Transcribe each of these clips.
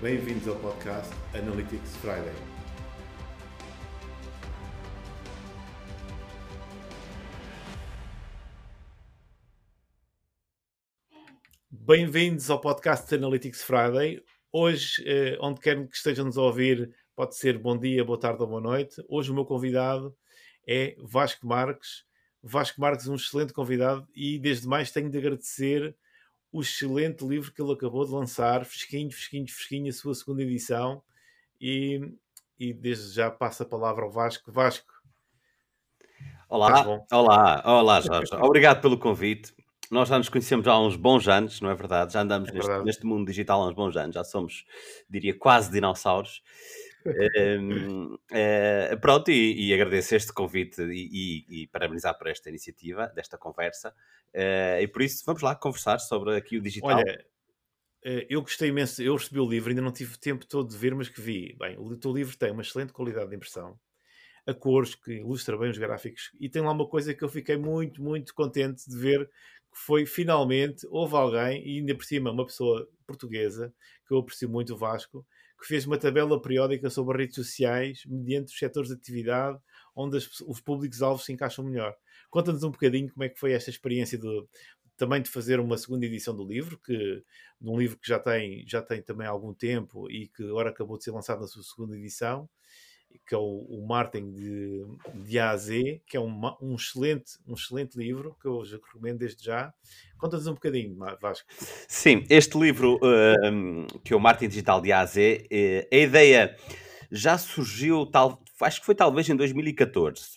Bem-vindos ao podcast Analytics Friday. Bem-vindos ao podcast Analytics Friday. Hoje, onde quer que estejam-nos a ouvir, pode ser bom dia, boa tarde ou boa noite. Hoje o meu convidado é Vasco Marques. Vasco Marques é um excelente convidado e, desde mais, tenho de agradecer o excelente livro que ele acabou de lançar, fresquinho, a sua segunda edição. E desde já passo a palavra ao Vasco. Vasco, estás bom? Olá, Jorge. Obrigado pelo convite. Nós já nos conhecemos há uns bons anos, não é verdade? Já andamos neste mundo digital há uns bons anos. Já somos, diria, quase dinossauros. Pronto, e agradeço este convite e parabenizar por esta iniciativa, desta conversa. E por isso, vamos lá conversar sobre aqui o digital. Olha, eu gostei imenso. Eu recebi o livro, ainda não tive tempo todo de ver, mas que vi. Bem, o teu livro tem uma excelente qualidade de impressão, a cores, que ilustra bem os gráficos, e tem lá uma coisa que eu fiquei muito, muito contente de ver, que foi, finalmente, houve alguém, e ainda por cima uma pessoa portuguesa, que eu aprecio muito, o Vasco, que fez uma tabela periódica sobre redes sociais, mediante os setores de atividade, onde os públicos-alvos se encaixam melhor. Conta-nos um bocadinho como é que foi esta experiência também de fazer uma segunda edição do livro, num livro que já tem também algum tempo e que agora acabou de ser lançado na sua segunda edição, que é o Martin de A a Z, que é um excelente livro, que eu hoje recomendo desde já. Conta-nos um bocadinho, Vasco. Sim, este livro, que é o Marketing Digital de A a Z, a ideia já surgiu, acho que foi talvez em 2014.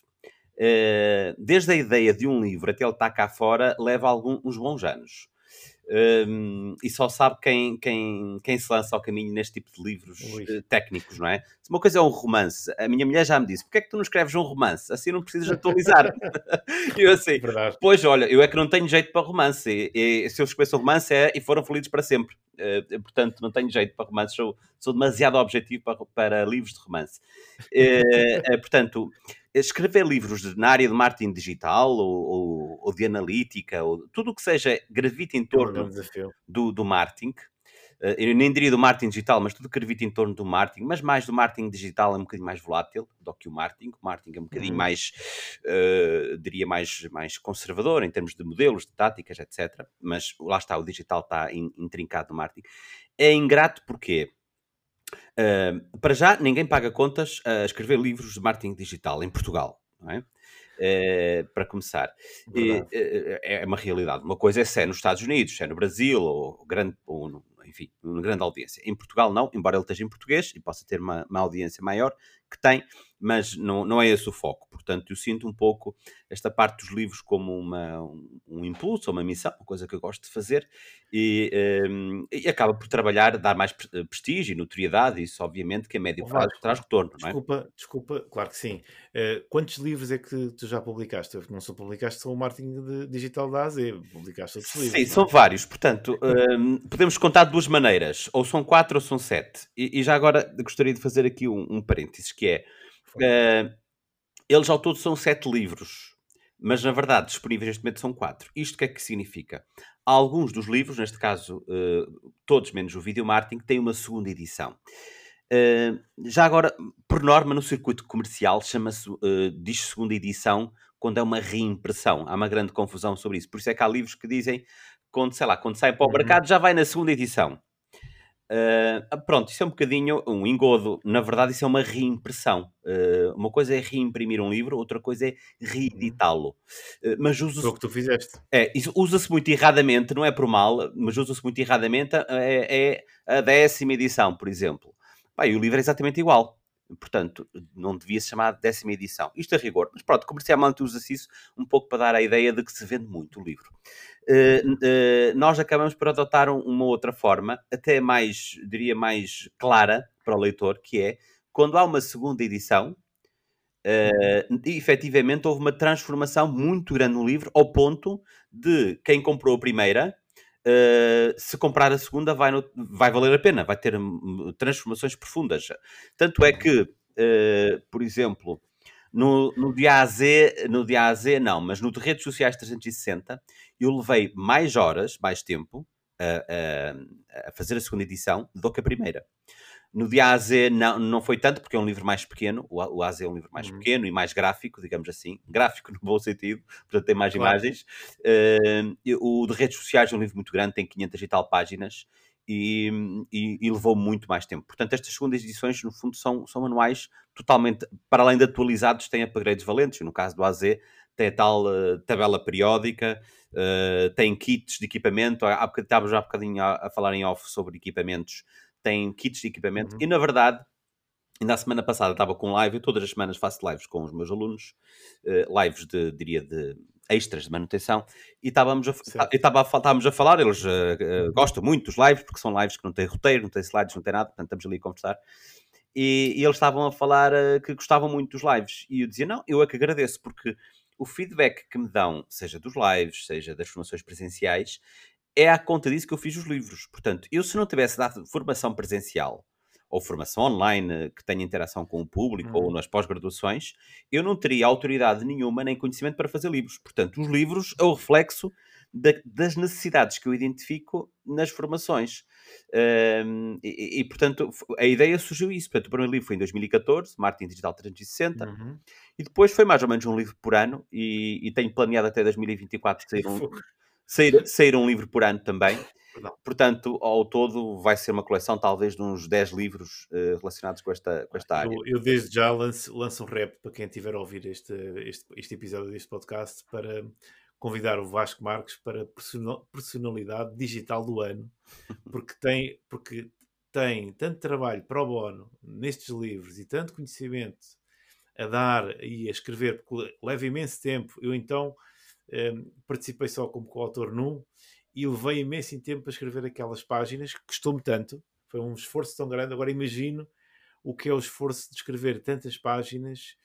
Desde a ideia de um livro até ele estar cá fora, leva uns bons anos. E só sabe quem se lança ao caminho neste tipo de livros técnicos, não é? Se uma coisa é um romance, a minha mulher já me disse: porque é que tu não escreves um romance? Assim não precisas atualizar. E eu assim, Verdade. Pois olha, eu é que não tenho jeito para romance. E se eu escrever um romance e foram felizes para sempre. Portanto, não tenho jeito para romance, sou demasiado objetivo para livros de romance. Portanto, escrever livros na área de marketing digital ou de analítica, ou tudo o que seja gravita em torno do marketing. Eu nem diria do marketing digital, mas tudo que gravita em torno do marketing, mas mais do marketing digital é um bocadinho mais volátil do que o marketing. O marketing é um bocadinho mais, diria, mais conservador em termos de modelos, de táticas, etc. Mas lá está, o digital está intrincado no marketing. É ingrato porque... para já, ninguém paga contas a escrever livros de marketing digital em Portugal, não é? Para começar. É uma realidade. Uma coisa é se é nos Estados Unidos, se é no Brasil, enfim, uma grande audiência. Em Portugal não, embora ele esteja em português e possa ter uma audiência maior, que tem, mas não é esse o foco. Portanto, eu sinto um pouco esta parte dos livros como um impulso, uma missão, uma coisa que eu gosto de fazer, e acaba por trabalhar, dar mais prestígio e notoriedade, e isso obviamente que a médio prazo traz retorno, não é? Desculpa, claro que sim. Quantos livros é que tu já publicaste? Não só publicaste só o marketing digital da AZ, publicaste outros livros. Sim, são vários. Portanto, podemos contar de duas maneiras. Ou são 4 ou são 7. E já agora gostaria de fazer aqui um parênteses, que é... eles ao todo são 7 livros. Mas, na verdade, disponíveis neste momento são 4. Isto o que é que significa? Alguns dos livros, neste caso, todos menos o Video Marketing, têm uma segunda edição. Já agora, por norma, no circuito comercial, diz segunda edição quando é uma reimpressão. Há uma grande confusão sobre isso. Por isso é que há livros que dizem, quando sai para o mercado, já vai na segunda edição. Pronto, isso é um bocadinho um engodo. Na verdade, isso é uma reimpressão. Uma coisa é reimprimir um livro, outra coisa é reeditá-lo. Mas Foi o que tu fizeste. Isso usa-se muito erradamente, não é por mal, mas usa-se muito erradamente. É a 10ª edição, por exemplo. E o livro é exatamente igual. Portanto, não devia se chamar 10ª edição. Isto a rigor. Mas pronto, comercialmente usa-se isso um pouco para dar a ideia de que se vende muito o livro. Nós acabamos por adotar uma outra forma, até mais, diria, mais clara para o leitor, que é, quando há uma segunda edição, efetivamente houve uma transformação muito grande no livro, ao ponto de quem comprou a primeira... se comprar a segunda vai valer a pena, vai ter transformações profundas. Tanto é que, por exemplo, no DAZ não, mas no de redes sociais 360, eu levei mais horas, mais tempo, a fazer a segunda edição do que a primeira. No de A a Z não foi tanto, porque é um livro mais pequeno. O A a Z é um livro mais pequeno e mais gráfico, digamos assim. Gráfico no bom sentido, portanto tem mais imagens. O de redes sociais é um livro muito grande, tem 500 e tal páginas e levou muito mais tempo. Portanto, estas segundas edições, no fundo, são manuais totalmente, para além de atualizados, têm upgrades valentes. No caso do A a Z, tem a tal tabela periódica, tem kits de equipamento. Estávamos já há bocadinho a falar em off sobre equipamentos. Tem kits de equipamento e, na verdade, ainda a semana passada estava com live. Eu todas as semanas faço lives com os meus alunos, lives de extras de manutenção, e estávamos a falar. Eles gostam muito dos lives, porque são lives que não têm roteiro, não têm slides, não têm nada, portanto estamos ali a conversar. E eles estavam a falar que gostavam muito dos lives, e eu dizia, não, eu é que agradeço, porque o feedback que me dão, seja dos lives, seja das formações presenciais, é à conta disso que eu fiz os livros. Portanto, eu se não tivesse dado formação presencial ou formação online que tenha interação com o público ou nas pós-graduações, eu não teria autoridade nenhuma nem conhecimento para fazer livros. Portanto, os livros é o reflexo das necessidades que eu identifico nas formações. Portanto, a ideia surgiu isso. Portanto, o primeiro livro foi em 2014, Marketing Digital 360, e depois foi mais ou menos um livro por ano, e tenho planeado até 2024 sair um livro por ano também. Portanto, ao todo vai ser uma coleção talvez de uns 10 livros relacionados com esta área. Eu desde já lanço um rap para quem estiver a ouvir este episódio deste podcast, para convidar o Vasco Marques para personalidade digital do ano, porque tem tanto trabalho pro bono nestes livros e tanto conhecimento a dar e a escrever, porque leva imenso tempo. Eu então participei só como coautor num, e levei imenso tempo para escrever aquelas páginas, que custou-me tanto, foi um esforço tão grande. Agora imagino o que é o esforço de escrever tantas páginas,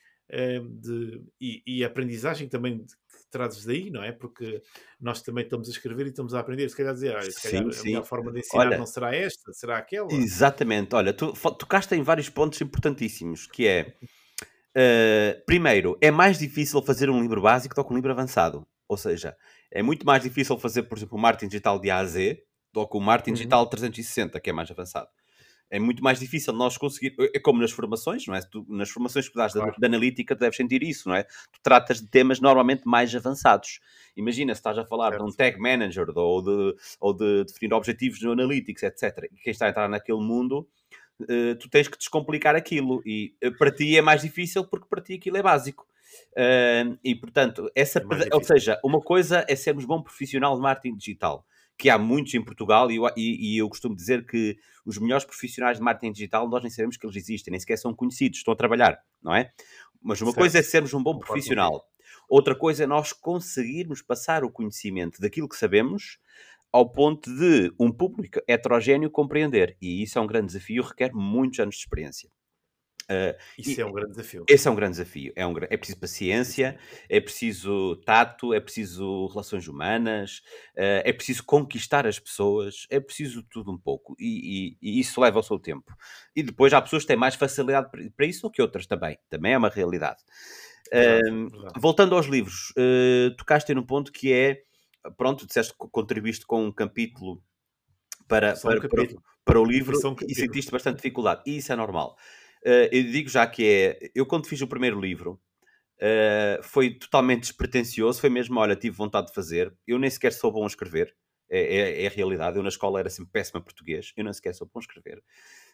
e a aprendizagem também que trazes daí, não é? Porque nós também estamos a escrever e estamos a aprender, se calhar dizer, se calhar a melhor forma de ensinar, olha, não será esta, será aquela. Exatamente, olha, tu tocaste em vários pontos importantíssimos, que é, primeiro, é mais difícil fazer um livro básico do que um livro avançado. Ou seja, é muito mais difícil fazer, por exemplo, o marketing digital de A a Z do que o marketing digital 360, que é mais avançado. É muito mais difícil nós conseguir... É como nas formações, não é? Nas formações que dás de analítica, tu deves sentir isso, não é? Tu tratas de temas normalmente mais avançados. Imagina, se estás a falar de um tag manager ou de definir objetivos no analytics, etc. E quem está a entrar naquele mundo, tu tens que descomplicar aquilo. E para ti é mais difícil, porque para ti aquilo é básico. E, portanto, ou seja, uma coisa é sermos bom profissional de marketing digital, que há muitos em Portugal, e eu costumo dizer que os melhores profissionais de marketing digital, nós nem sabemos que eles existem, nem sequer são conhecidos, estão a trabalhar, não é? Mas uma coisa é sermos um bom profissional, outra coisa é nós conseguirmos passar o conhecimento daquilo que sabemos ao ponto de um público heterogéneo compreender, e isso é um grande desafio, requer muitos anos de experiência. Isso é um grande desafio. Esse é um grande desafio. É preciso paciência, é preciso tato, é preciso relações humanas, é preciso conquistar as pessoas, é preciso tudo um pouco. E isso leva o seu tempo. E depois há pessoas que têm mais facilidade para isso do que outras também. Também é uma realidade. Verdade. Voltando aos livros, tocaste num ponto que é... Pronto, disseste que contribuíste com um capítulo para o livro e sentiste bastante dificuldade. E isso é normal. Eu digo já que eu quando fiz o primeiro livro foi totalmente despretensioso, foi mesmo, olha, tive vontade de fazer, eu nem sequer sou bom a escrever, é a realidade, eu na escola era sempre péssimo a português, eu nem sequer sou bom a escrever,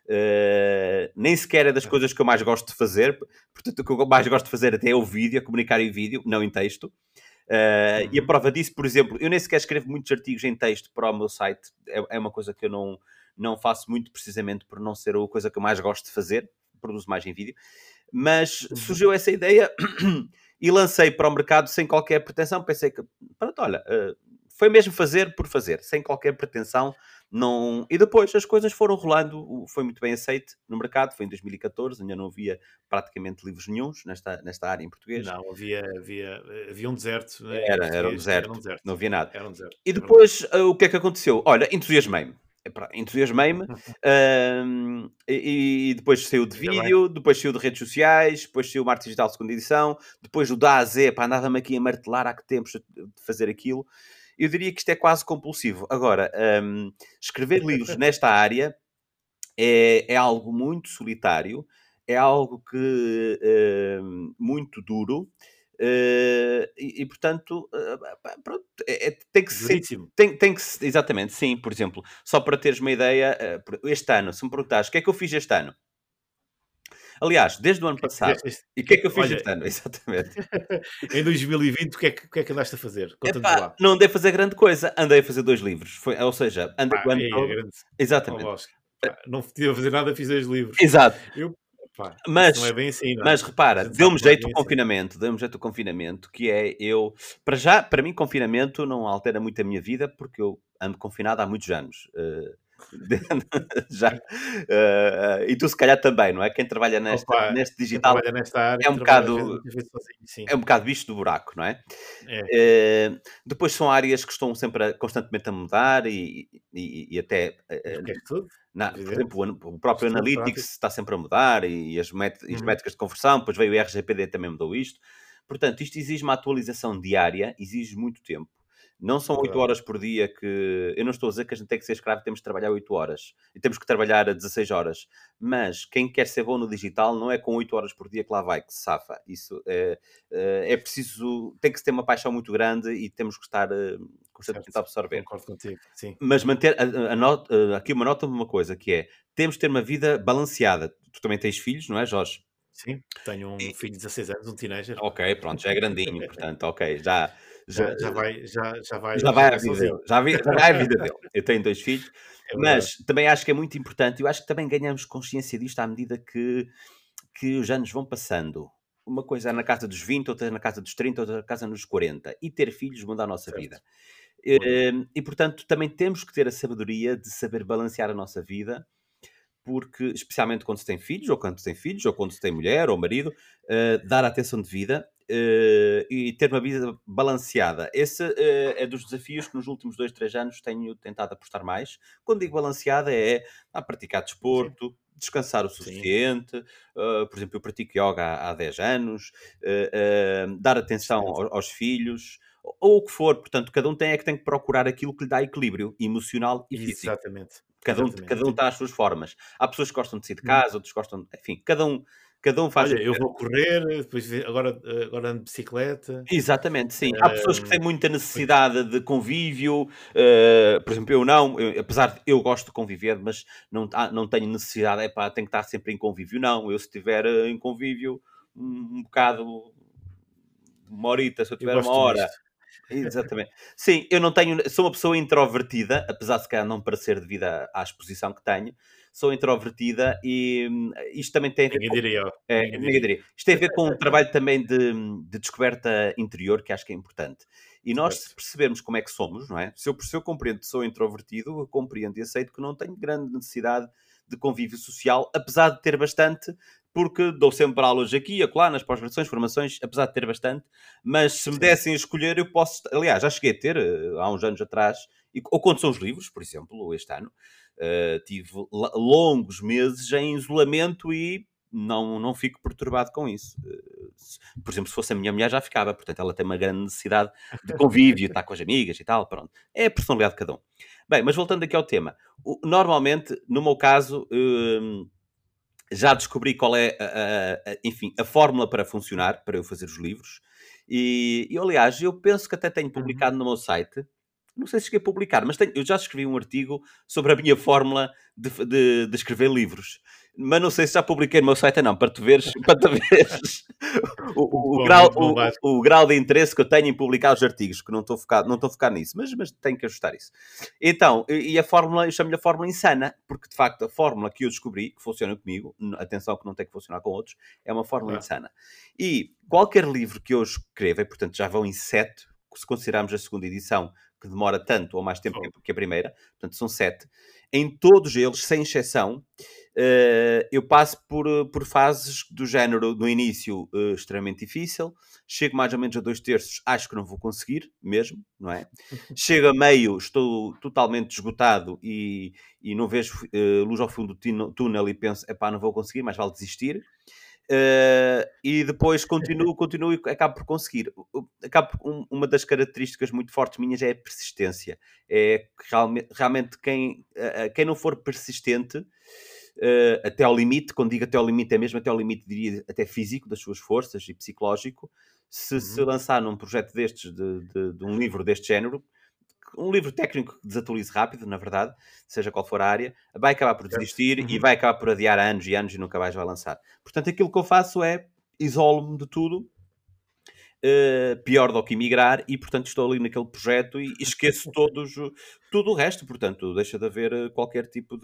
nem sequer é das coisas que eu mais gosto de fazer, portanto o que eu mais gosto de fazer até é o vídeo, a comunicar em vídeo, não em texto. E a prova disso, por exemplo, eu nem sequer escrevo muitos artigos em texto para o meu site, é uma coisa que eu não faço muito, precisamente por não ser a coisa que eu mais gosto de fazer, produzo mais em vídeo, mas surgiu essa ideia e lancei para o mercado sem qualquer pretensão. Pensei que, pronto, olha, foi mesmo fazer por fazer, sem qualquer pretensão. Não... E depois as coisas foram rolando, foi muito bem aceito no mercado. Foi em 2014, ainda não havia praticamente livros nenhuns nesta área em português. Não, havia um deserto. Era um deserto, não havia nada. Era um deserto. E depois, o que é que aconteceu? Olha, entusiasmei-me, e depois saiu de vídeo, depois saiu de redes sociais, depois saiu o Marketing Digital segunda edição, depois o da A a Z, andava-me aqui a martelar há que tempos de fazer aquilo, eu diria que isto é quase compulsivo. Agora, escrever livros nesta área é algo muito solitário, é algo que muito duro, portanto, pronto, tem que ser. Duríssimo. Tem que exatamente, sim, por exemplo, só para teres uma ideia, este ano, se me perguntares o que é que eu fiz este ano? Aliás, desde o ano O que é que passado. fizeste E o que é que eu fiz olha, este ano? Exatamente. em 2020 o que é que andaste a fazer? Conta-nos Epá, lá. não andei a fazer grande coisa, andei a fazer 2 livros. Ou seja, andei Pá, o ano ei, é todo. grande. Ó Exatamente. Bosco, pá, não podia fazer nada, fiz 2 livros. Exato. Eu, pá, isso não Mas é bem assim, não é? mas A repara, gente sabe deu-me que não é jeito o bem assim. confinamento, que é eu para mim confinamento não altera muito a minha vida, porque eu ando confinado há muitos anos, já, e tu se calhar também, não é? Quem trabalha Opa, neste quem digital trabalha nesta área é um trabalha às vezes bocado muitas vezes sozinho, sim. é um bocado bicho do buraco, não é? É, Depois são áreas que estão sempre constantemente a mudar e até, porque é tudo, por evidente, exemplo, o próprio estudo prático. Analytics está sempre a mudar e as Uhum, métricas de conversão, depois veio o RGPD também mudou isto. Portanto, isto exige uma atualização diária, exige muito tempo. Não são 8 verdade, horas por dia que... Eu não estou a dizer que a gente tem que ser escravo e temos que trabalhar 8 horas. E temos que trabalhar a 16 horas. Mas quem quer ser bom no digital não é com 8 horas por dia que lá vai, que se safa. Isso é preciso... Tem que se ter uma paixão muito grande e temos que estar constantemente a certo, absorver. concordo contigo, sim. Mas manter aqui uma nota de uma coisa, que é, temos de ter uma vida balanceada. Tu também tens filhos, não é, Jorge? Sim, tenho um E filho de 16 anos, um teenager, pá. ok, pronto, já é grandinho, portanto, ok, já já Já vai já à vai vida sozinho. dele, já vai à vida dele. Eu tenho 2 filhos, É verdade. mas também acho que é muito importante, eu acho que também ganhamos consciência disto à medida que os anos vão passando. Uma coisa é na casa dos 20, outra é na casa dos 30, outra na casa nos 40. E ter filhos muda a nossa Certo, vida. muda. Portanto, também temos que ter a sabedoria de saber balancear a nossa vida, porque, especialmente quando se tem filhos, ou quando se tem filhos, ou quando se tem mulher ou marido, dar atenção de vida e ter uma vida balanceada. Esse é dos desafios que nos últimos 2, 3 anos tenho tentado apostar mais. Quando digo balanceada é a praticar Sim, desporto, descansar o sim, suficiente. Por exemplo, eu pratico yoga há 10 anos, dar atenção excelente. aos filhos, ou o que for. Portanto, cada um tem que procurar aquilo que lhe dá equilíbrio emocional e físico. Exatamente, Cada um exatamente. está às suas formas. Há pessoas que gostam de sair de Uhum. casa, outros gostam, enfim, cada um faz Olha, o que eu quer. vou correr, depois agora ando de bicicleta, Exatamente, sim. Há pessoas que hã, têm muita depois necessidade de convívio, por exemplo, eu não, apesar de eu gosto de conviver, mas não tenho necessidade, epá, tenho que estar sempre em convívio, não. Eu se estiver em convívio um bocado, uma horita, se eu eu tiver uma gosto hora. misto. Exatamente. Sim, eu não tenho. Sou uma pessoa introvertida, apesar de se calhar não parecer devido à exposição que tenho. Sou introvertida e isto também tem a ver Ninguém com. diria, ó, ninguém Ninguém diria. diria. Isto tem a ver com um trabalho também de descoberta interior, que acho que é importante. E nós, se Certo, percebermos como é que somos, não é? Se eu compreendo que sou introvertido, eu compreendo e aceito que não tenho grande necessidade de convívio social, apesar de ter bastante, porque dou sempre aulas aqui, acolá, nas pós-graduações, formações, apesar de ter bastante, mas se me sim. dessem a escolher, eu posso. Aliás, já cheguei a ter há uns anos atrás, ou quando são os livros, por exemplo, ou este ano, tive longos meses em isolamento e não fico perturbado com isso. Por exemplo, se fosse a minha mulher, já ficava, portanto, ela tem uma grande necessidade de convívio, estar com as amigas e tal, pronto. É a personalidade de cada um. Bem, mas voltando aqui ao tema, normalmente, no meu caso, já descobri qual é, enfim, a fórmula para funcionar, para eu fazer os livros. Aliás, eu penso que até tenho Uhum. publicado no meu site. Não sei se cheguei a publicar, mas eu já escrevi um artigo sobre a minha fórmula de escrever livros. Mas não sei se já publiquei no meu site ou não, para tu veres, para tu veres Muito bom, Vasco. o grau de interesse que eu tenho em publicar os artigos, que não estou focado nisso, mas tenho que ajustar isso. Então, e a fórmula, eu chamo-lhe a fórmula insana, porque de facto a fórmula que eu descobri, que funciona comigo, atenção que não tem que funcionar com outros, é uma fórmula Claro, insana. E qualquer livro que eu escreva, e portanto já vão em 7, se considerarmos a segunda edição, que demora tanto ou mais tempo fogo. que a primeira, portanto são 7, em todos eles, sem exceção, eu passo por fases do género, no início, extremamente difícil, chego mais ou menos a 2/3, acho que não vou conseguir, mesmo, não é? Chego a meio, estou totalmente esgotado e não vejo luz ao fundo do túnel e penso, epá, não vou conseguir, mas vale desistir. E depois continuo e acabo por conseguir. Uma das características muito fortes minhas é a persistência. É que realmente quem não for persistente até ao limite, quando digo até ao limite, é mesmo até ao limite, diria até físico, das suas forças e psicológico, se lançar num projeto destes, de um livro deste género, um livro técnico que desatualize rápido, na verdade, seja qual for a área, vai acabar por desistir e vai acabar por adiar anos e anos e nunca mais vai lançar. Portanto, aquilo que eu faço é isolo-me de tudo, pior do que emigrar, e portanto estou ali naquele projeto e esqueço tudo o resto. Portanto, deixa de haver qualquer tipo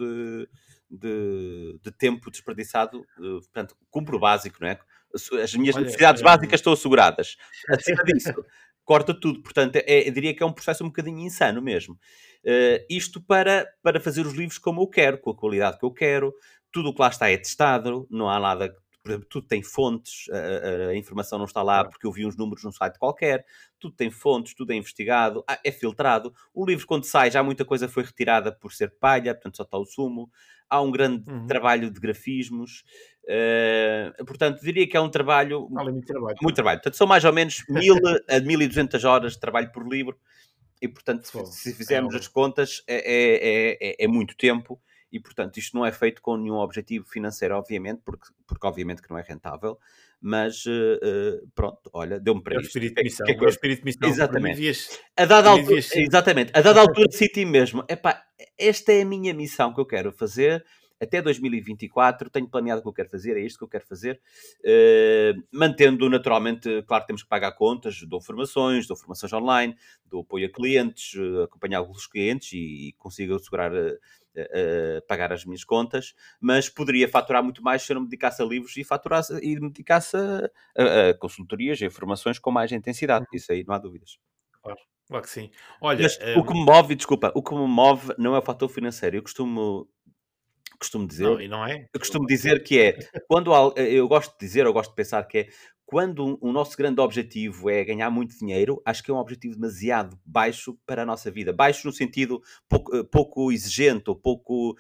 de tempo desperdiçado. Portanto, cumpro o básico, não é? As minhas Olha, necessidades básicas estão asseguradas. Acima disso, corta tudo. Portanto, eu diria que é um processo um bocadinho insano mesmo. Isto para fazer os livros como eu quero, com a qualidade que eu quero. Tudo o que lá está é testado, não há nada. Por exemplo, tudo tem fontes, a informação não está lá porque eu vi uns números num site qualquer, tudo tem fontes, tudo é investigado, é filtrado. O livro, quando sai, já muita coisa foi retirada por ser palha, portanto só está o sumo. Há um grande trabalho de grafismos, portanto, diria que é um trabalho. Há muito trabalho. Muito trabalho. Portanto, são mais ou menos 1000 a 1200 horas de trabalho por livro, e portanto, se fizermos as contas, é muito tempo. E, portanto, isto não é feito com nenhum objetivo financeiro, obviamente, porque obviamente que não é rentável, mas pronto, olha, deu-me para É o isto. espírito de missão. Que É o espírito de missão. Exatamente. A A dada altura senti mesmo, epá, esta é a minha missão que eu quero fazer. Até 2024 tenho planeado o que eu quero fazer, é isto que eu quero fazer, mantendo naturalmente, claro, temos que pagar contas, dou formações online, dou apoio a clientes, acompanhar os clientes e consigo assegurar pagar as minhas contas, mas poderia faturar muito mais se eu não me dedicasse a livros e me dedicasse a consultorias e informações com mais intensidade. Isso aí não há dúvidas. Claro que sim. Olha, Mas o que me move, desculpa, o que me move não é o fator financeiro. Eu costumo dizer, não, e não é? eu costumo dizer que é, eu gosto de dizer, eu gosto de pensar que é, quando o nosso grande objetivo é ganhar muito dinheiro, acho que é um objetivo demasiado baixo para a nossa vida. Baixo no sentido pouco exigente, ou pouco...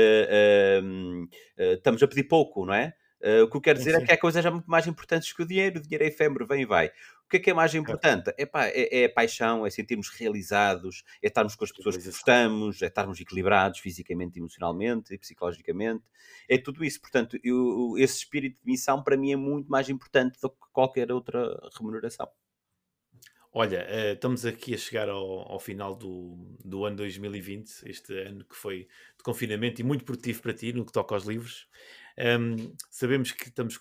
estamos a pedir pouco, não é? O que eu quero dizer é que há coisas já muito mais importantes que o dinheiro. O dinheiro é efêmero, vem e vai. O que é mais importante? É a paixão, é sentirmos realizados, é estarmos com as pessoas que gostamos, é estarmos equilibrados fisicamente, emocionalmente e psicologicamente. É tudo isso. Portanto, esse espírito de missão para mim é muito mais importante do que qualquer outra remuneração. Olha, estamos aqui a chegar ao final do ano 2020, este ano que foi de confinamento e muito produtivo para ti no que toca aos livros. Sabemos que estamos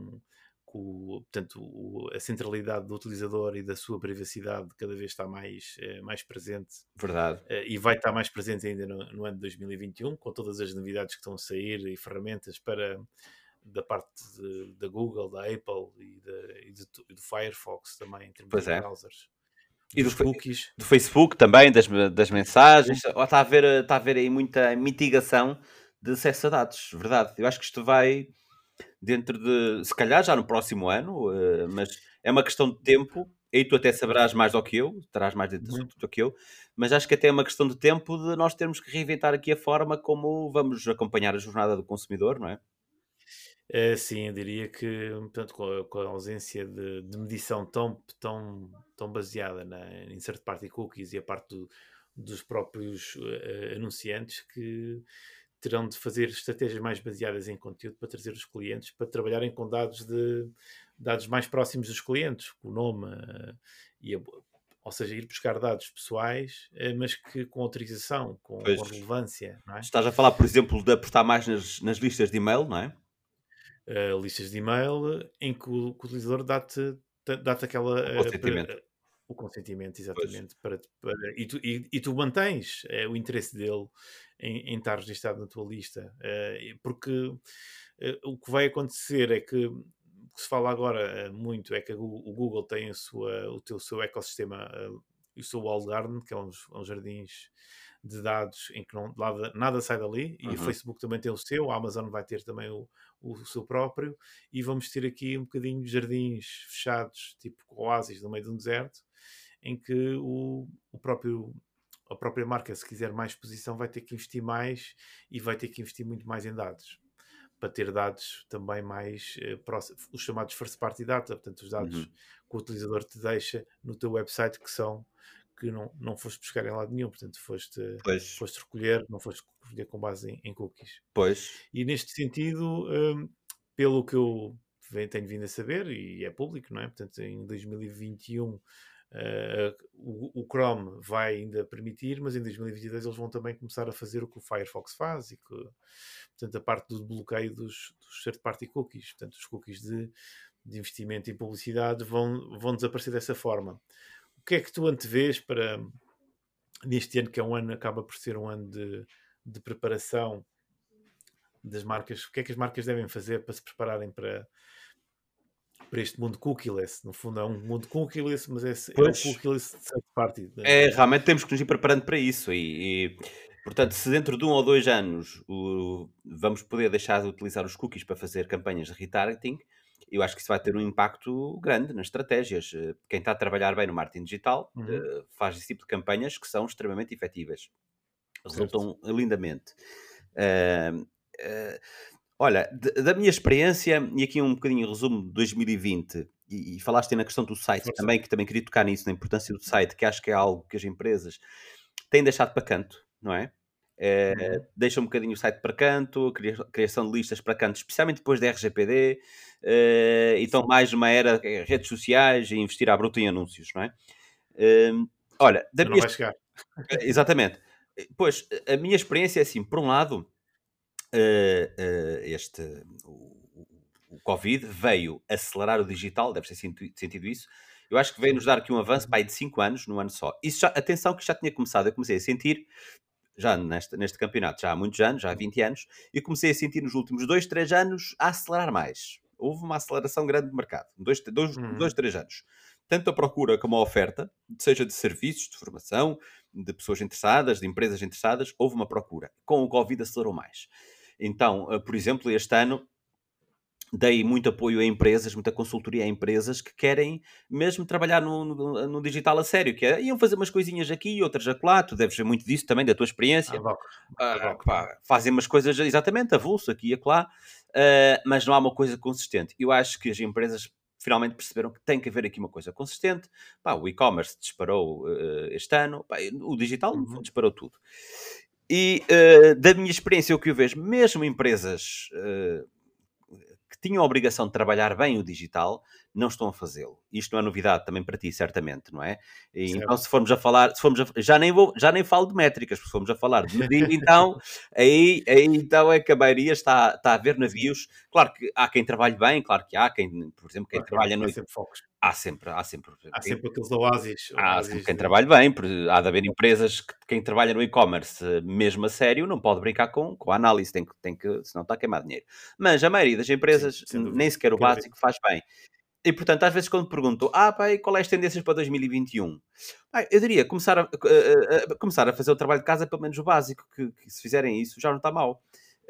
portanto, a centralidade do utilizador e da sua privacidade cada vez está mais presente. Verdade. E vai estar mais presente ainda no ano de 2021, com todas as novidades que estão a sair e ferramentas da parte da Google, da Apple e do Firefox também, em termos de browsers. E dos cookies. Do Facebook também, das mensagens. Está a haver aí muita mitigação de acesso a dados, verdade. Eu acho que isto vai dentro de, se calhar já no próximo ano, mas é uma questão de tempo. Aí tu até saberás mais do que eu, terás mais dentro do assunto do que eu, mas acho que até é uma questão de tempo de nós termos que reinventar aqui a forma como vamos acompanhar a jornada do consumidor, não é? Sim, eu diria que, portanto, com a ausência de medição tão baseada em third party cookies e a parte dos próprios anunciantes, que terão de fazer estratégias mais baseadas em conteúdo para trazer os clientes, para trabalharem com dados mais próximos dos clientes, com o nome, ou seja, ir buscar dados pessoais, mas que com autorização, com relevância, não é? Estás a falar, por exemplo, de apostar mais nas listas de e-mail, não é? Listas de e-mail em que o utilizador dá-te aquela... O consentimento, exatamente. E tu mantens o interesse dele em estar registado na tua lista. Porque o que vai acontecer é que, o que se fala agora muito, é que o Google tem o seu ecossistema, o seu walled garden, que é uns jardins de dados em que nada sai dali, e o Facebook também tem o seu, a Amazon vai ter também o seu próprio, e vamos ter aqui um bocadinho de jardins fechados, tipo oásis no meio de um deserto, em que a própria marca, se quiser mais exposição, vai ter que investir mais e vai ter que investir muito mais em dados. para ter dados também mais próximos, os chamados first party data, portanto, os dados que o utilizador te deixa no teu website que não foste buscar em lado nenhum, portanto, Pois, foste recolher, não foste recolher com base em cookies. pois, E neste sentido, pelo que eu tenho vindo a saber, e é público, não é? Portanto, em 2021 o Chrome vai ainda permitir, mas em 2022 eles vão também começar a fazer o que o Firefox faz, e que, portanto, a parte do bloqueio dos third-party cookies, portanto, os cookies de investimento em publicidade vão desaparecer dessa forma. O que é que tu antevês para neste ano, que é um ano, acaba por ser um ano de preparação das marcas? O que é que as marcas devem fazer para se prepararem para este mundo cookieless? No fundo é um mundo cookieless, mas é o pois. cookieless de third party. Realmente temos que nos ir preparando para isso portanto, se dentro de 1 ou 2 anos vamos poder deixar de utilizar os cookies para fazer campanhas de retargeting, eu acho que isso vai ter um impacto grande nas estratégias. Quem está a trabalhar bem no marketing digital Uhum, faz esse tipo de campanhas que são extremamente efetivas. certo. Resultam lindamente. Ah, ah, Olha, da minha experiência, e aqui um bocadinho resumo de 2020, e falaste aí na questão do site Força. também, que também queria tocar nisso, na importância do site, que acho que é algo que as empresas têm deixado para canto, não é? Uhum, Deixam um bocadinho o site para canto, a criação de listas para canto, especialmente depois da RGPD, e estão mais numa era redes sociais e investir à bruta em anúncios, não é? Eh, Olha, mas não vai chegar. exatamente. Pois, a minha experiência é assim, por um lado, este, o Covid veio acelerar o digital, deve ter sentido isso. Eu acho que veio nos Sim. dar aqui um avanço Uhum, para aí de 5 anos, num ano só. Isso já, atenção que já tinha começado, eu comecei a sentir, já neste campeonato, já há muitos anos, já há 20 anos, e comecei a sentir nos últimos 2, 3 anos a acelerar mais. Houve uma aceleração grande do mercado, 2, uhum, 3 anos. Tanto a procura como a oferta, seja de serviços, de formação, de pessoas interessadas, de empresas interessadas, houve uma procura. Com o Covid acelerou mais. Então, por exemplo, este ano dei muito apoio a empresas, muita consultoria a empresas que querem mesmo trabalhar no digital a sério, que é, iam fazer umas coisinhas aqui e outras acolá, tu deves ver muito disso também, da tua experiência. ad hoc, mais ad hoc, não é? Fazem umas coisas exatamente avulso aqui e acolá, mas não há uma coisa consistente. Eu acho que as empresas finalmente perceberam que tem que haver aqui uma coisa consistente. Pá, o e-commerce disparou este ano, pá, o digital no fundo Uhum, disparou tudo. E da minha experiência, o que eu vejo, mesmo empresas que tinham a obrigação de trabalhar bem o digital, não estão a fazê-lo. Isto não é novidade também para ti, certamente, não é? E então, certo. se formos a falar, já nem falo de métricas, porque se formos a falar de medir, então, aí então é que a maioria está a ver Sim. navios. Claro que há quem trabalhe bem, claro que há quem, por exemplo, quem Claro que trabalha há no. sempre focos. Há sempre. Há sempre aqueles oásis, Há sempre oásis quem de trabalhe bem, há de haver empresas que quem trabalha no e-commerce mesmo a sério não pode brincar com a análise, tem que, senão está a queimar dinheiro. Mas a maioria das sim, empresas sem nem dúvida. sequer o Tem que haver. básico faz bem. E portanto, às vezes quando pergunto, pá, e qual é as tendências para 2021? Eu diria começar a fazer o trabalho de casa, pelo menos o básico, que se fizerem isso já não está mal.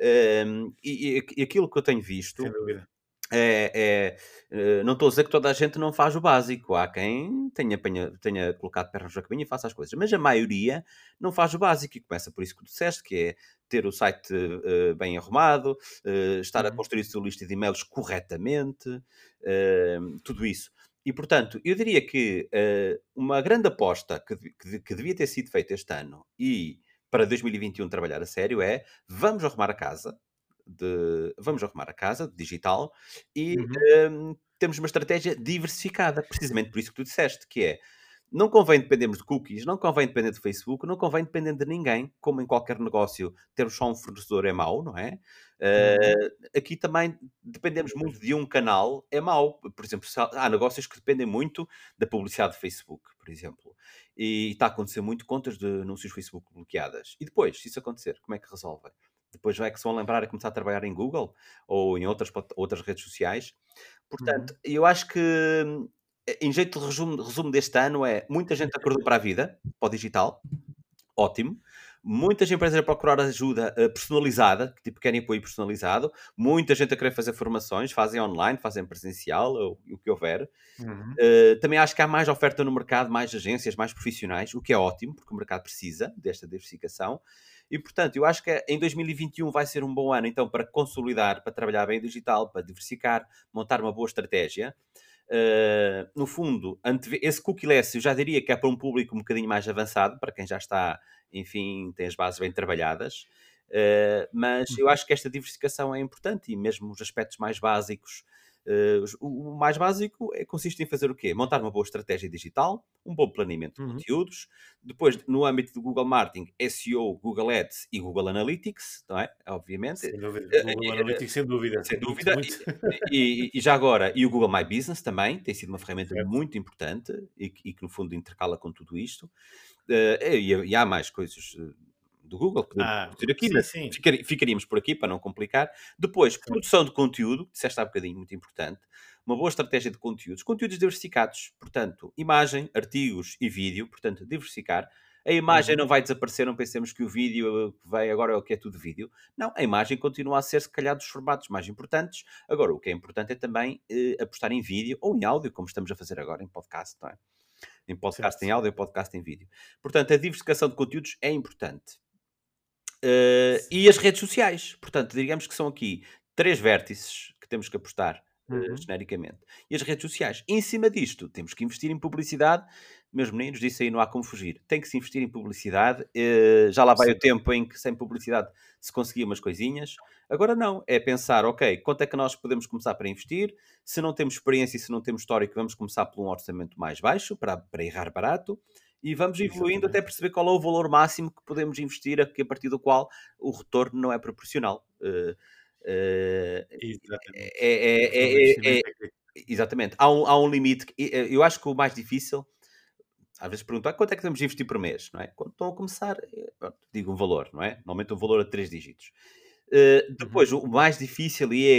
E aquilo que eu tenho Sem visto dúvida. não estou a dizer que toda a gente não faz o básico. Há quem tenha colocado pernas no caminho e faça as coisas. Mas a maioria não faz o básico. E começa por isso que tu disseste, que é ter o site bem arrumado, estar a Uhum, construir a sua lista de e-mails corretamente, tudo isso. E, portanto, eu diria que uma grande aposta que devia ter sido feita este ano e para 2021 trabalhar a sério é vamos arrumar a casa digital e uhum. temos uma estratégia diversificada, precisamente por isso que tu disseste, que é não convém dependermos de cookies, não convém depender do Facebook, não convém depender de ninguém, como em qualquer negócio, termos só um fornecedor é mau, não é? Uhum. Aqui também dependemos Sem muito dúvida. de um canal, é mau. Por exemplo, há negócios que dependem muito da publicidade de Facebook, por exemplo. E está a acontecer muito contas de anúncios Facebook bloqueadas. E depois, se isso acontecer, como é que resolvem? Depois vai que se vão lembrar a começar a trabalhar em Google ou em outras redes sociais. Portanto, Uhum. eu acho que, em jeito de resumo deste ano, é muita gente acordou para a vida, para o digital, ótimo. Muitas empresas a procurar ajuda personalizada, que tipo querem apoio personalizado. Muita gente a querer fazer formações, fazem online, fazem presencial, ou o que houver. Uhum. Também acho que há mais oferta no mercado, mais agências, mais profissionais, o que é ótimo, porque o mercado precisa desta diversificação. E, portanto, eu acho que em 2021 vai ser um bom ano, então, para consolidar, para trabalhar bem o digital, para diversificar, montar uma boa estratégia. No fundo, esse cookie-less eu já diria que é para um público um bocadinho mais avançado, para quem já está, enfim, tem as bases bem trabalhadas. Mas eu acho que esta diversificação é importante e mesmo os aspectos mais básicos. O mais básico consiste em fazer o quê? Montar uma boa estratégia digital, um bom planeamento de Uhum. conteúdos, depois, no âmbito do Google Marketing, SEO, Google Ads e Google Analytics, não é? Obviamente. Sem dúvida. Eh, Google eh, Analytics, sem dúvida. Sem Muito, dúvida. muito. E já agora, e o Google My Business também, tem sido uma ferramenta Certo. muito importante e que, no fundo, intercala com tudo isto. E há mais coisas do Google que podemos discutir aqui, Sim, mas sim. ficaríamos por aqui para não complicar. Depois, Certo. produção de conteúdo, disseste há bocadinho, muito importante. Uma boa estratégia de conteúdos diversificados, portanto, imagem, artigos e vídeo, portanto, diversificar. A imagem Uhum. não vai desaparecer, não pensemos que o vídeo que vai agora é o que é tudo vídeo. Não, a imagem continua a ser, se calhar, dos formatos mais importantes. Agora, o que é importante é também apostar em vídeo ou em áudio, como estamos a fazer agora em podcast, não é? Em podcast em Certo. áudio e podcast em vídeo. Portanto, a diversificação de conteúdos é importante. E as redes sociais. Portanto, digamos que são aqui 3 vértices que temos que apostar, Uhum. genericamente. E as redes sociais. Em cima disto, temos que investir em publicidade. Meus meninos, disso aí não há como fugir. Tem que se investir em publicidade. Já lá vai Sim. o tempo em que sem publicidade se conseguia umas coisinhas. Agora não. É pensar, ok, quanto é que nós podemos começar para investir? Se não temos experiência e se não temos histórico, vamos começar por um orçamento mais baixo, para errar barato. E vamos evoluindo até Exatamente. perceber qual é o valor máximo que podemos investir, a partir do qual o retorno não é proporcional. Exatamente. O retorno do É investimento é crítico. exatamente. Há um limite. Eu acho que o mais difícil, às vezes perguntar quanto é que devemos investir por mês, não é? Quando estão a começar, pronto, digo um valor, não é? Normalmente um valor a 3 dígitos. Uhum. Depois, o mais difícil e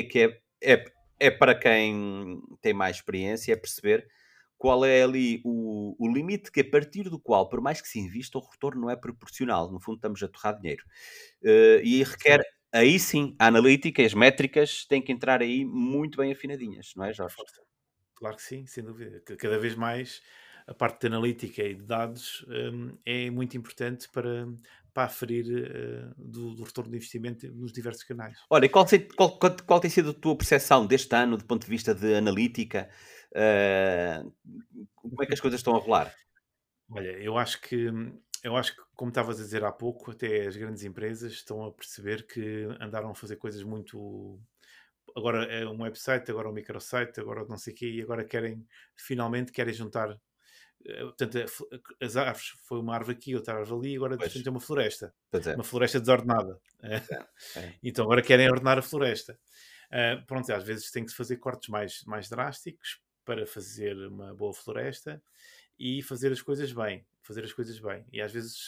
é para quem tem mais experiência, é perceber qual é ali o limite que a partir do qual, por mais que se invista, o retorno não é proporcional. No fundo, estamos a torrar dinheiro. E requer, Certo. aí sim, a analítica e as métricas têm que entrar aí muito bem afinadinhas, não é, Jorge? Força. Claro que sim, sem dúvida. Cada vez mais a parte de analítica e de dados é muito importante para aferir do retorno de investimento nos diversos canais. Olha, e qual tem sido a tua percepção deste ano, do ponto de vista de analítica? Eh, Como é que as coisas estão a rolar? Olha, eu acho que, como estavas a dizer há pouco, até as grandes empresas estão a perceber que andaram a fazer coisas muito. Agora é um website, agora um microsite, agora não sei o quê, e agora finalmente querem juntar. Portanto, as árvores, foi uma árvore aqui, outra árvore ali, agora de Pois, repente é pois é, uma floresta desordenada. pois é. É. Então agora querem ordenar a floresta. Pronto, às vezes tem que se fazer cortes mais drásticos para fazer uma boa floresta e fazer as coisas bem. Fazer as coisas bem. E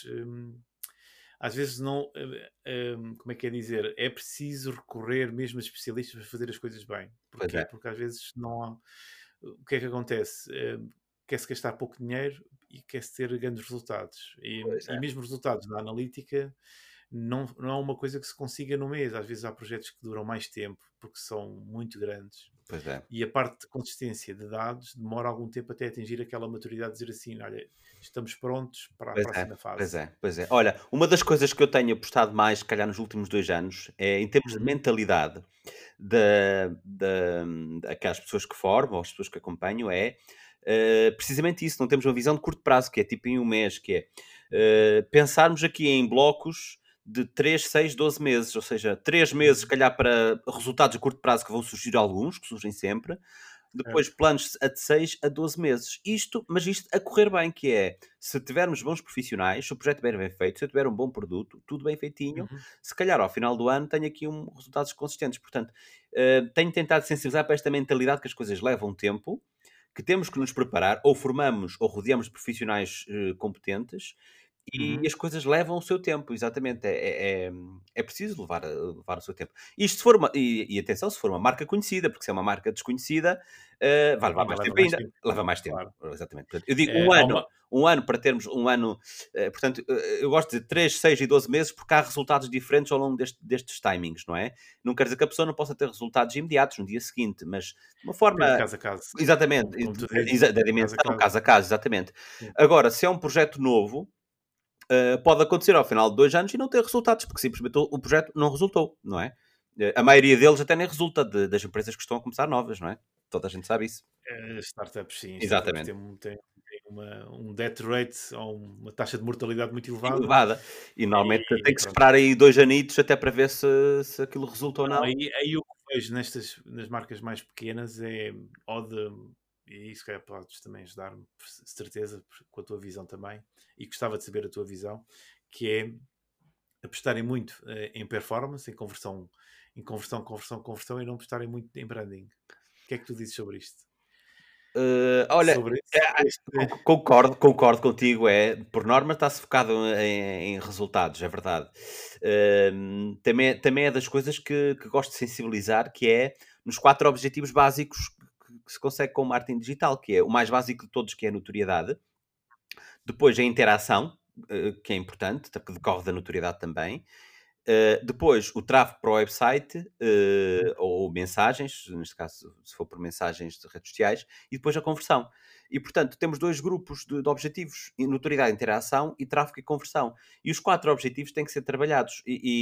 às vezes não. Como é que é dizer? É preciso recorrer mesmo a especialistas para fazer as coisas bem. Pois Porquê? é, Porque às vezes não há. O que é que acontece? Quer-se gastar pouco dinheiro e quer-se ter grandes resultados. pois E é, mesmo resultados na analítica não é uma coisa que se consiga no mês. Às vezes há projetos que duram mais tempo porque são muito grandes. pois é. E a parte de consistência de dados demora algum tempo até atingir aquela maturidade de dizer assim: olha, estamos prontos para a Pois é, próxima pois fase. é, pois é. Olha, uma das coisas que eu tenho apostado mais, se calhar nos últimos 2 anos, é em termos de Uhum. mentalidade da daquelas pessoas que formam ou as pessoas que acompanho, precisamente isso, não temos uma visão de curto prazo, que é tipo em um mês, que é, pensarmos aqui em blocos de 3, 6, 12 meses, ou seja, 3 meses, se Uhum. calhar, para resultados a curto prazo, que vão surgir alguns, que surgem sempre. Depois Certo. planos a de 6 a 12 meses. Mas isto a correr bem, que é, se tivermos bons profissionais, se o projeto bem feito, se eu tiver um bom produto, tudo bem feitinho, Uhum. se calhar ao final do ano tenho aqui resultados consistentes. Portanto, tenho tentado sensibilizar para esta mentalidade que as coisas levam tempo, que temos que nos preparar, ou formamos ou rodeamos de profissionais competentes, e Uhum. as coisas levam o seu tempo, exatamente. É preciso levar o seu tempo. Isto se for e atenção, se for uma marca conhecida, porque se é uma marca desconhecida, vai levar Ainda mais leva tempo mais ainda. tempo. Leva mais tempo, Claro. exatamente. Portanto, eu digo um Há ano, uma. um ano para termos um ano. Portanto, eu gosto de 3, 6 e 12 meses, porque há resultados diferentes ao longo destes timings, não é? Não quer dizer que a pessoa não possa ter resultados imediatos no dia seguinte, mas de uma Depende de forma. caso a caso. Exatamente, Como tu dizes, da caso a dimensão, caso. caso a caso, exatamente. Sim. Agora, se é um projeto novo, pode acontecer ao final de 2 anos e não ter resultados, porque simplesmente o projeto não resultou, não é? A maioria deles até nem resulta das empresas que estão a começar novas, não é? Toda a gente sabe isso. Startups, sim, startups Exatamente. têm um death rate ou uma taxa de mortalidade muito elevada. Elevada. E normalmente tem E que pronto. esperar aí 2 anitos até para ver se aquilo resulta ou Não, não. aí o que vejo nas marcas mais pequenas é, e isso que podes também ajudar-me, certeza, com a tua visão também, e gostava de saber a tua visão, que é apostarem muito em performance, conversão, e não apostarem muito em branding. O que é que tu dizes sobre isto? Olha, Sobre este... concordo contigo. Por norma está-se focado em resultados, é verdade. Também é das coisas que gosto de sensibilizar, que é nos 4 objetivos básicos que se consegue com o marketing digital, que é o mais básico de todos, que é a notoriedade. Depois a interação, que é importante, que decorre da notoriedade também. Depois, o tráfego para o website, ou mensagens, neste caso, se for por mensagens de redes sociais, e depois a conversão. E, portanto, temos 2 grupos de objetivos: notoriedade, interação, e tráfego e conversão. E os 4 objetivos têm que ser trabalhados.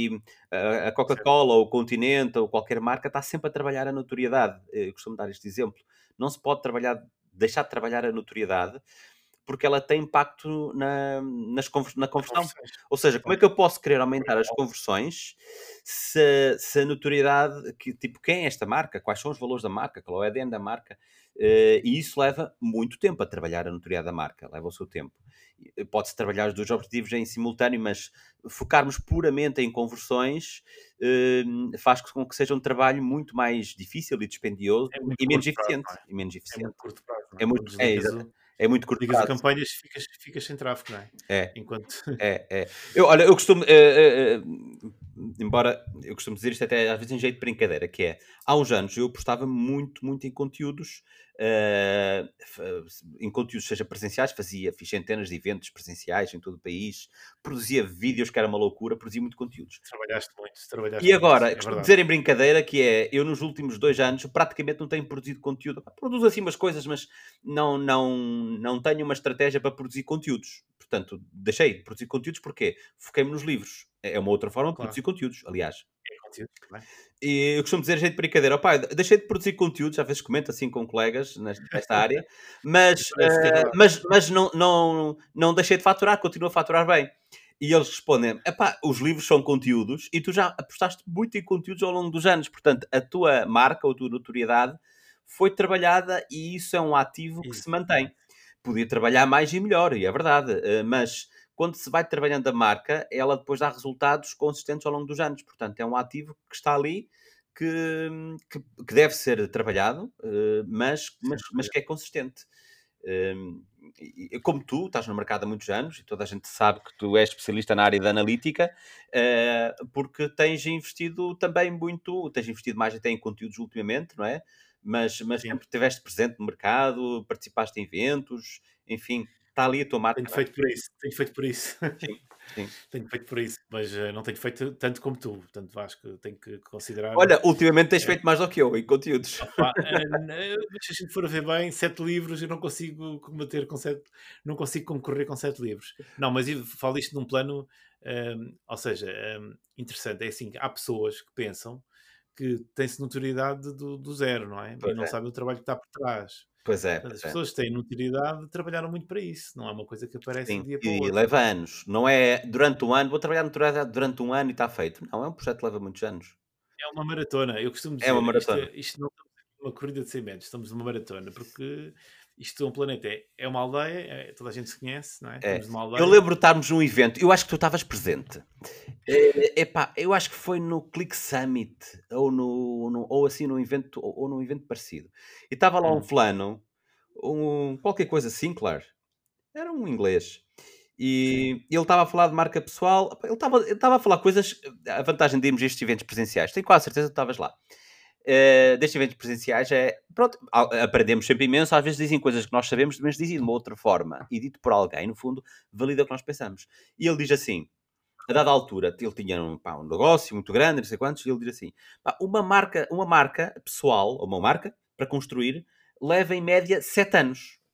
A Certo. Coca-Cola, ou o Continente, ou qualquer marca, está sempre a trabalhar a notoriedade. Eu costumo dar este exemplo. Não se pode deixar de trabalhar a notoriedade, porque ela tem impacto na Nas conversão. conversões. Ou seja, como é que eu posso querer aumentar as conversões se a notoriedade, tipo, quem é esta marca? Quais são os valores da marca? Qual é o ADN da marca? E isso leva muito tempo a trabalhar a notoriedade da marca, leva o seu tempo. Pode-se trabalhar os 2 objetivos em simultâneo, mas focarmos puramente em conversões faz com que seja um trabalho muito mais difícil e dispendioso É muito e menos curto prazo, eficiente. não é? E menos É muito eficiente. curto prazo, não É é? muito, Quando exatamente. É muito curto desligas a prazo. campanha, ficas sem tráfego, não é? É. Enquanto... É. Olha, eu costumo, embora eu costumo dizer isto até às vezes em jeito de brincadeira, que é, há uns anos eu apostava muito, muito em conteúdos, em conteúdos seja presenciais, fiz centenas de eventos presenciais em todo o país, produzia vídeos que era uma loucura, produzia muito conteúdos. E Trabalhaste muito, agora, é costumo verdade. dizer em brincadeira que é, eu nos últimos 2 anos praticamente não tenho produzido conteúdo. Produzo assim umas coisas, mas não tenho uma estratégia para produzir conteúdos. Portanto, deixei de produzir conteúdos. Porquê? Foquei-me nos livros. É uma outra forma de Claro, produzir conteúdos, aliás. é conteúdo também. E eu costumo dizer, a jeito de brincadeira, opá, deixei de produzir conteúdos, às vezes comento assim com colegas nesta área, mas, Parece que é verdade. mas não deixei de faturar, continuo a faturar bem. E eles respondem, epá, os livros são conteúdos e tu já apostaste muito em conteúdos ao longo dos anos, portanto, a tua marca ou a tua notoriedade foi trabalhada e isso é um ativo que se Isso. mantém. Podia trabalhar mais e melhor, e é verdade, mas quando se vai trabalhando a marca, ela depois dá resultados consistentes ao longo dos anos. Portanto, é um ativo que está ali, que, que deve ser trabalhado, Sem mas dúvida. que é consistente. Como tu estás no mercado há muitos anos e toda a gente sabe que tu és especialista na área da analítica, porque tens investido também muito, tens investido mais até em conteúdos ultimamente, não é? Mas Sim. sempre estiveste presente no mercado, participaste em eventos, enfim, está ali a tua marca, Tenho não é? feito por isso, tenho feito por isso. Sim, sim. Tenho feito por isso, mas não tenho feito tanto como tu. Portanto, acho que tenho que considerar. Olha, ultimamente tens eh, feito mais do que eu em conteúdos. Opá, mas se a gente for a ver bem, 7 livros, eu não consigo combater com 7, não consigo concorrer com 7 livros. Não, mas eu falo isto num plano, ou seja, interessante. É assim, há pessoas que pensam que têm-se notoriedade do zero, não é? E Pois não é, sabem o trabalho que está por trás. pois é, Portanto, pois as é. pessoas que têm notoriedade trabalharam muito para isso, não é uma coisa que aparece de Sim, um dia para o e outro. leva anos. Não é durante um ano, vou trabalhar notoriedade durante um ano e está feito. Não, é um projeto que leva muitos anos. É uma maratona. Eu costumo É uma dizer, maratona. isto não estamos aqui numa corrida de 100 metros, estamos numa maratona, porque isto é um planeta, é uma aldeia, toda a gente se conhece, não é? É. Estamos numa Eu aldeia. lembro de estarmos num evento, eu acho que tu estavas presente. Epá, eu acho que foi no Click Summit, ou assim num evento, ou num evento parecido. E estava lá um Hum, fulano, qualquer coisa Sinclair, era um inglês. sim, E ele estava a falar de marca pessoal, ele estava a falar coisas, a vantagem de irmos a estes eventos presenciais, tenho quase certeza que estavas lá. Destes eventos presenciais pronto, aprendemos sempre imenso, às vezes dizem coisas que nós sabemos, mas dizem de uma outra forma, e dito por alguém, no fundo, valida o que nós pensamos. E ele diz assim, a dada altura, ele tinha um negócio muito grande, não sei quantos, e ele diz assim, pá, uma marca pessoal, ou uma marca, para construir, leva em média 7 anos.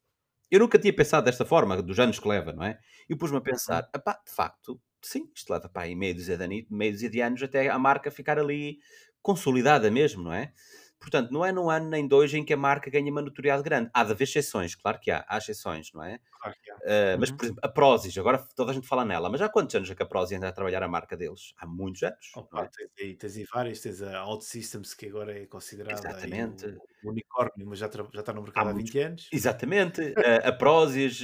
Eu nunca tinha pensado desta forma, dos anos que leva, não é? E pus-me a Uhum. pensar, epá, de facto, sim, isto leva para aí meia dúzia de anos até a marca ficar ali consolidada mesmo, não é? Portanto, não é num ano nem dois em que a marca ganha uma notoriedade grande. Há de haver exceções, claro que há exceções, não é? Claro que há. Mas, Uhum. por exemplo, a Prozis, agora toda a gente fala nela, mas há quantos anos é que a Prozis anda a trabalhar a marca deles? Há muitos anos, não Opa, é? tens aí várias, tens a OutSystems, que agora é considerada aí Exatamente. o unicórnio, mas já está no Há mercado há muitos. 20 anos. Exatamente. A Prozis,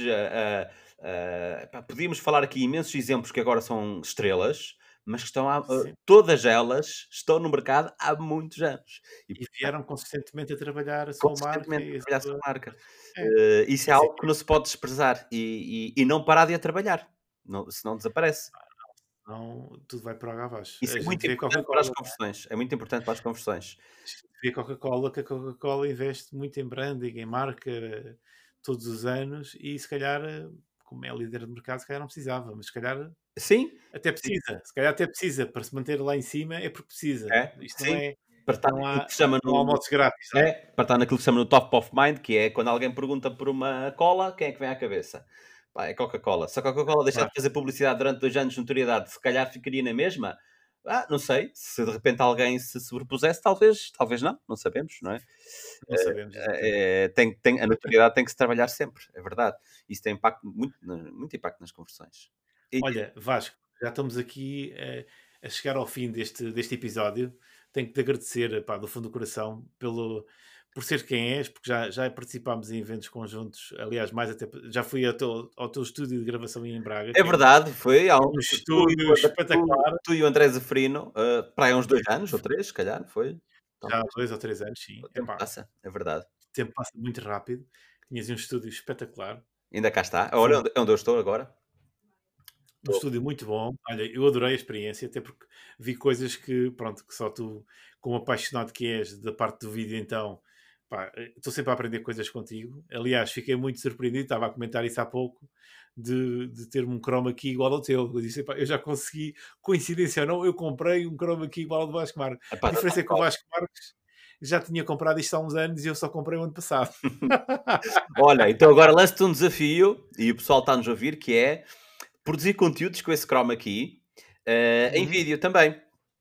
pá, podíamos falar aqui imensos exemplos que agora são estrelas, mas que estão Sim. todas elas estão no mercado há muitos anos. E, E portanto, vieram consistentemente a trabalhar a sua marca consistentemente a e a trabalhar a sua sua. marca. É, Isso é isso é algo que que não se pode desprezar e não parar de a trabalhar, senão desaparece. não, tudo vai por água abaixo. Isso A é gente muito vê importante para as Coca-Cola, conversões. É muito importante para as conversões. a gente vê Coca-Cola, que a Coca-Cola investe muito em branding, em marca, todos os anos, e se calhar, como é líder de mercado, se calhar não precisava, mas se calhar Sim, até sim, precisa, se calhar até precisa, para se manter lá em cima é porque precisa. é, Isto não sim. é, Para estar não naquilo há, que se chama não há almoços grátis, não é? para estar naquilo que se chama no top of mind, que é quando alguém pergunta por uma cola, quem é que vem à cabeça? Pá, é Coca-Cola. Se a Coca-Cola deixar Claro, de fazer publicidade durante 2 anos de notoriedade, se calhar ficaria na mesma? Não sei. Se de repente alguém se sobrepusesse, talvez não sabemos, não é? não sabemos exatamente. A notoriedade tem que se trabalhar sempre, é verdade. Isso tem impacto, muito impacto nas conversões. E Olha, Vasco, já estamos aqui a chegar ao fim deste episódio. Tenho que te agradecer, pá, do fundo do coração, por ser quem és, porque já participámos em eventos conjuntos. Aliás, mais até já fui ao teu estúdio de gravação em Braga, é que verdade, foi há um estúdio tu espetacular. tu e o André Zefrino, para aí há uns 2 anos ou Foi 3, se calhar, foi? já há Talvez. 2 ou 3 anos, sim. O tempo Epá, passa, é verdade. o tempo passa muito rápido. Tinhas um estúdio espetacular. Ainda cá está. Foi Olha onde eu estou agora. um Estou. estúdio muito bom. Olha, eu adorei a experiência, até porque vi coisas que, pronto, que só tu, como apaixonado que és da parte do vídeo, então, pá, estou sempre a aprender coisas contigo. Aliás, fiquei muito surpreendido, estava a comentar isso há pouco, de ter um chroma key igual ao teu. Eu disse, pá, eu já consegui, coincidência ou não, eu comprei um chroma key igual ao do Vasco Marques. Epá, A já estás diferença é que o pronto. Vasco Marques já tinha comprado isto há uns anos e eu só comprei o ano passado. Olha, então agora lanço-te um desafio, e o pessoal está-nos a ouvir, que é produzir conteúdos com esse chroma key, em Uhum. vídeo também.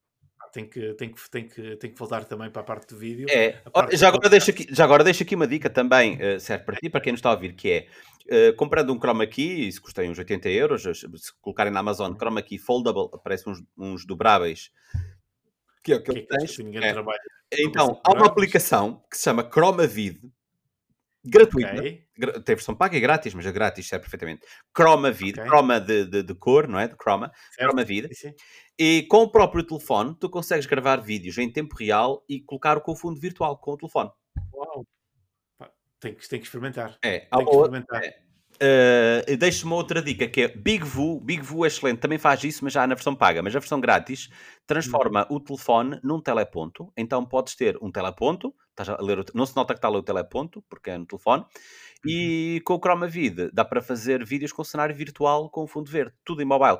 Tem que voltar também para a parte do vídeo, É. a Olha, parte do podcast. já agora deixo aqui uma dica também, serve para ti, para quem nos está a ouvir, que é, comprando um chroma key, isso custa aí uns 80€, se colocarem na Amazon Uhum. chroma key foldable, aparecem uns dobráveis, que é o que Que ele é que tens. assim ninguém É. trabalha para Então, conseguir há uma dobrar, mas aplicação que se chama ChromaVid, ok, gratuita, tem versão paga e grátis, mas a grátis serve perfeitamente. ChromaVid, ok, chroma de cor, não é? De chroma, certo, ChromaVid. sim, sim. E com o próprio telefone, tu consegues gravar vídeos em tempo real e colocar com o fundo virtual com o telefone. Uau, pá, tem que experimentar, É, há tem uma que outra. experimentar. É. Deixo uma outra dica que é BigVoo. BigVoo é excelente, também faz isso, mas já na versão paga. Mas a versão grátis Uhum, transforma o telefone num teleponto. Então podes ter um teleponto, estás a ler não se nota que está a ler o teleponto, porque é no telefone. uhum. E com o ChromaVid dá para fazer vídeos com cenário virtual com fundo verde, tudo em mobile.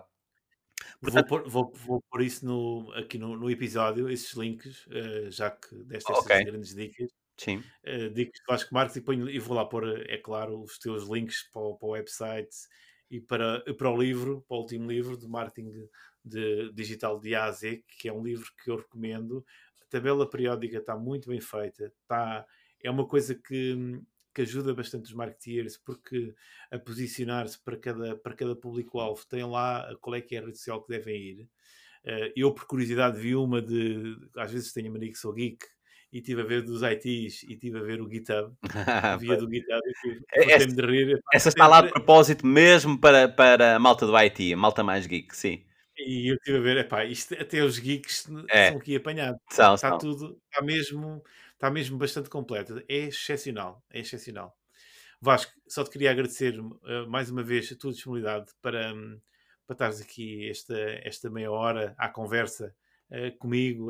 Vou Portanto, pôr vou pôr isso aqui no episódio, esses links, já que deste ok, estas grandes dicas. sim. Dicas do Vasco Marques e vou lá pôr, é claro, os teus links para o website e para o livro, para o último livro de marketing digital de A a Z, que é um livro que eu recomendo. A tabela periódica está muito bem feita, é uma coisa que ajuda bastante os marketeers, porque a posicionar-se para cada público-alvo tem lá qual é que é a rede social que devem ir. Eu, por curiosidade, vi uma às vezes tenho a mania que sou geek, e estive a ver dos ITs e estive a ver o GitHub. Havia do GitHub e Essa, fartei-me de rir. Epá, essa está lá de sempre. propósito mesmo para a malta do IT, a malta mais geek, sim. E eu estive a ver, epá, isto, até os geeks É, são aqui apanhados. Está são. tudo, está mesmo bastante completo. É excepcional, é excepcional. Vasco, só te queria agradecer mais uma vez a tua disponibilidade para estares aqui esta meia hora à conversa comigo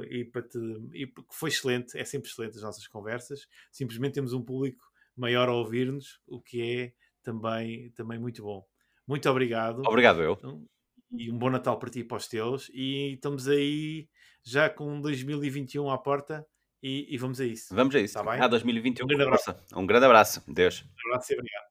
e porque foi excelente, é sempre excelente as nossas conversas. Simplesmente temos um público maior a ouvir-nos, o que é também muito bom. Muito obrigado Obrigado eu. e um bom Natal para ti e para os teus. E estamos aí já com 2021 à porta e vamos a isso. Vamos a isso. Está bem? A 2021 Um com grande abraço. força. Um grande abraço. Deus. Um abraço e obrigado.